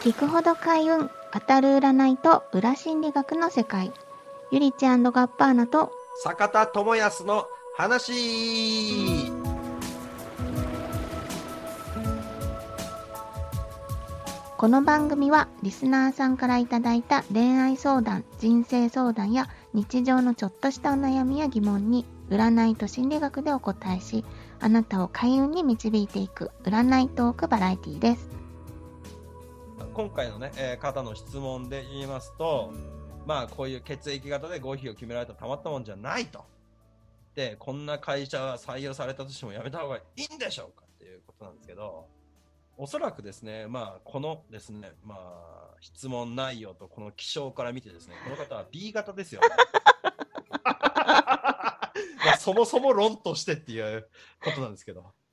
聞くほど開運、当たる占いと裏心理学の世界。ゆりちゃん&ガッパーナと坂田智康の話。 この番組はリスナーさんからいただいた恋愛相談、人生相談や日常のちょっとしたお悩みや疑問に占いと心理学でお答えし、あなたを開運に導いていく占いトークバラエティです。 今回のね、方の質問で言いますと、まあこういう血液型で合否を決められたらたまったもんじゃないと。で、こんな会社は採用されたとしてもやめた方がいいんでしょうかっていうことなんですけど、おそらくですね、まあこのですね、まあ質問内容とこの気象から見てですね、この方は B 型ですよね。まあそもそも論としてっていうことなんですけど。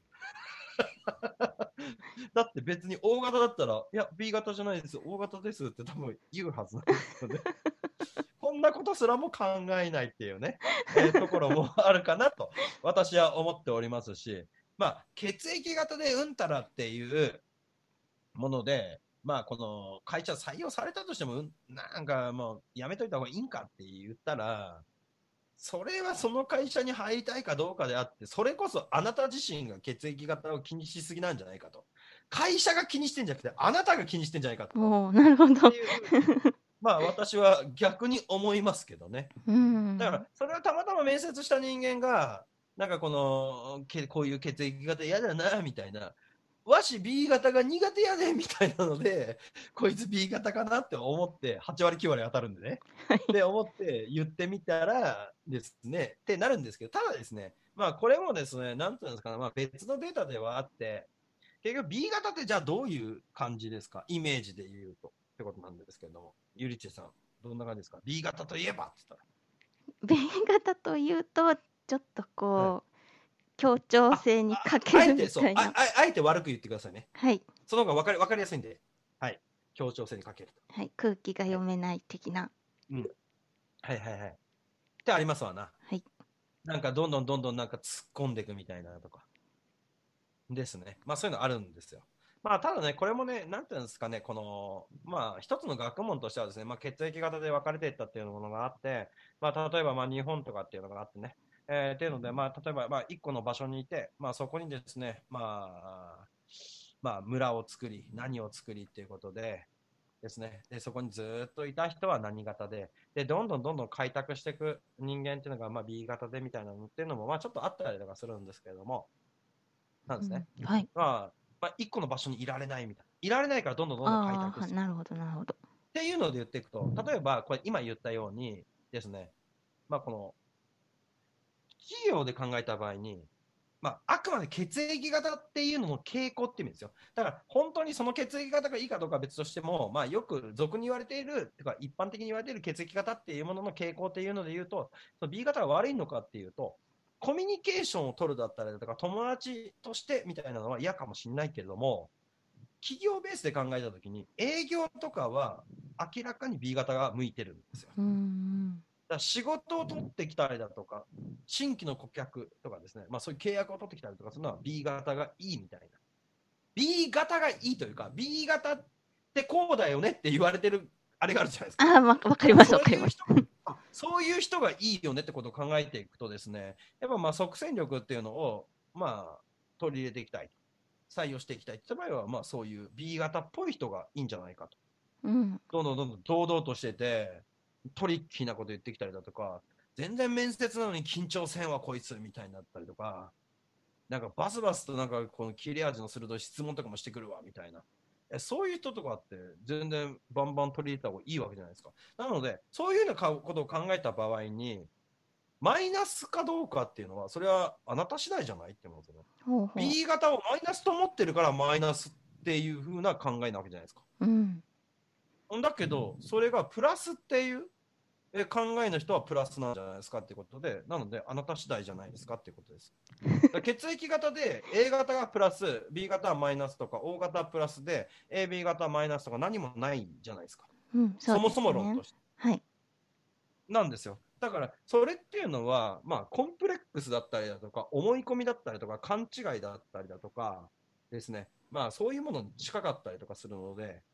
だって別に O 型だったら、いや、B 型じゃないです、O 型ですって多分言うはずなんですよね。こんなことすらも考えないっていうね、ところもあるかなと私は思っておりますし、まあ、血液型でうんたらっていうもので、まあ、この会社採用されたとしても、なんかもうやめといた方がいいんかって言ったら、それはその会社に入りたいかどうかであって、それこそあなた自身が血液型を気にしすぎなんじゃないかと。会社が気にしてんじゃなくて、あなたが気にしてんじゃないかと。 おー、なるほど。 っていうふうに、まあ私は逆に思いますけどね。だから、それはたまたま面接した人間が、なんかこの、こういう血液型嫌だな、みたいな。わし B 型が苦手やねみたいなので、こいつ B 型かなって思って、8割9割当たるんでね。で、思って言ってみたらですね、ってなるんですけど、ただですね、まあこれもですね、なんていうんですかね、まあ別のデータではあって、結局 B 型ってじゃあどういう感じですか、イメージで言うと。ってことなんですけども、ゆりちさん、どんな感じですか？ B 型といえばって言ったら。 B 型というとちょっとはい。 こう協調あ、 性に欠けるあえて、そう、 みたいな。 あえて悪く言ってくださいね。 はいその方がわかりやすいんで。はい。協調性に欠けると。 はい、空気がはい。 読めない的な。 うん。はいはいはい。ってありますわな。 はい。 なんかどんどんなんか突っ込んでいくみたいなとか。ですね。まあそういうのあるんですよ。まあただね、これもね、なんていうんですかね、この、まあ一つの学問としてはですね、まあ血液型で分かれていったっていうものがあって、まあ例えばまあ日本とかっていうのがあってね、っていうので、まあ例えばまあ一個の場所にいて、まあそこにですね、まあ村を作り、何を作りっていうことで、ですね。で、そこにずっといた人は何型で、で、どんどん開拓していく人間っていうのが、まあ B 型でみたいなのっていうのも、まあちょっとあったりとかするんですけれども、なんですね。 はい。 まあ、一個の場所にいられないみたいな。いられないからどんどん開ああ、 拓していく。 なるほど、なるほど。 っていうので言っていくと、例えば、これ今言ったようにですね、まあ、この企業で考えた場合に、まあ、あくまで血液型っていうのの傾向って意味ですよ。だから本当にその血液型がいいかどうかは別としても、まあ、よく俗に言われている、とか一般的に言われている血液型っていうものの傾向っていうので言うと、その B 型が悪いのかっていうと、コミュニケーションを取るだったりだとか、友達としてみたいなのは嫌かもしれないけれども、企業ベースで考えたときに、営業とかは明らかに B 型が向いてるんですよ。だから仕事を取ってきたりだとか、新規の顧客とかですね、まあそういう契約を取ってきたりとかするのは B 型がいいみたいな。B 型がいいというか、B 型ってこうだよねって言われてるあれがあるじゃないですか。 ああ、わかります、 だからわかります。 そういう人がいいよねってことを考えていくとですね、やっぱまあ即戦力っていうのをまあ取り入れていきたい。採用していきたいって場合は、まあそういう B 型っぽい人がいいんじゃないかと。 うん。 どんどん堂々としてて、トリッキーなこと言ってきたりだとか、全然面接なのに緊張せんわこいつみたいになったりとか、なんかバスバスとなんかこの切れ味の鋭い質問とかもしてくるわみたいな。そういう人とかって全然バンバン取り入れた方がいいわけじゃないですか。なので、そういうようなことを考えた場合に、マイナスかどうかっていうのは、それはあなた次第じゃないって思うんですよね。 ほうほう。 B 型をマイナスと思ってるからマイナスっていう風な考えなわけじゃないですか。 うん。 だけど、それがプラスっていう考えの人はプラスなんじゃないですかっていうことで、なので、あなた次第じゃないですかっていうことです。血液型で A 型がプラス、B 型はマイナスとか、O 型はプラスで、AB 型はマイナスとか何もないじゃないですか。 うん、そうそもそですね。 も論として。 はい。 なんですよ。だから、それっていうのは、まあ、コンプレックスだったりだとか、思い込みだったりとか、勘違いだったりだとかですね、まあ、そういうものに近かったりとかするので、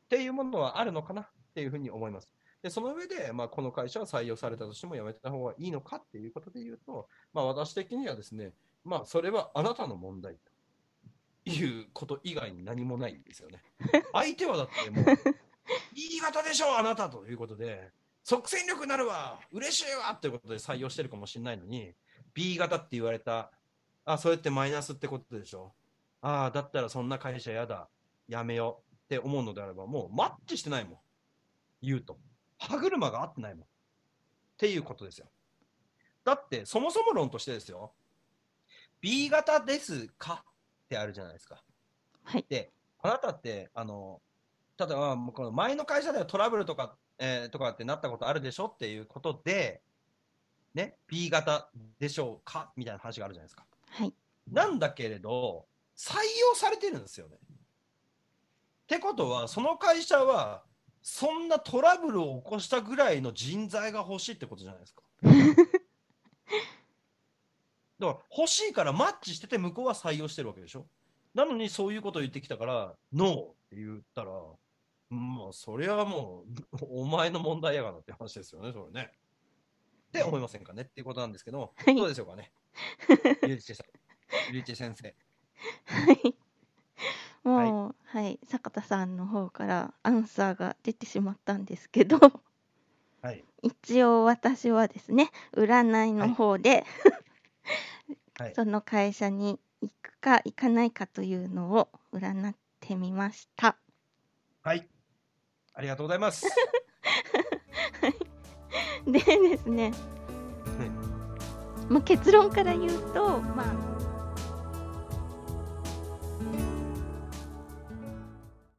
っていうものはあるのかなっていうふうに思います。で、その上で、この会社は採用されたとしても辞めた方がいいのかっていうことで言うと、私的にはですね、それはあなたの問題ということ以外に何もないんですよね。相手はだってもう、E 型でしょ、あなたということで、即戦力になるわ、嬉しいわということで採用してるかもしれないのに、B 型って言われた、それってマイナスってことでしょ。だったらそんな会社やだ、やめようって思うのであれば、もうマッチしてないもん。言うと。歯車が合ってないもん。っていうことですよ。だって、そもそも論としてですよ。B 型ですかってあるじゃないですか。 はい。 で、あなたって、例えば、この前の会社ではトラブルとか、とかってなったことあるでしょっていうことで、ね、B 型でしょうかみたいな話があるじゃないですか。 はい。 なんだけれど、採用されてるんですよね。ってことは、その会社は、そんなトラブルを起こしたぐらいの人材が欲しいってことじゃないですか。だから欲しいからマッチしてて向こうは採用してるわけでしょ。なのにそういうことを言ってきたからノーって言ったら、それはもうお前の問題やがなって話ですよね、それね。って思いませんかねっていうことなんですけど、 はい。 どうでしょうかね。ゆりちさん、ゆりち先生。 はい。 はい。 もう、はい。坂田さんの方からアンサーが出てしまったんですけど、 はい。 一応私はですね、占いのはい。 方で、 はい。 その会社に行くか行かないかというのを占ってみました。 はい。ありがとうございます。 でですね、 はい。 結論から言うと、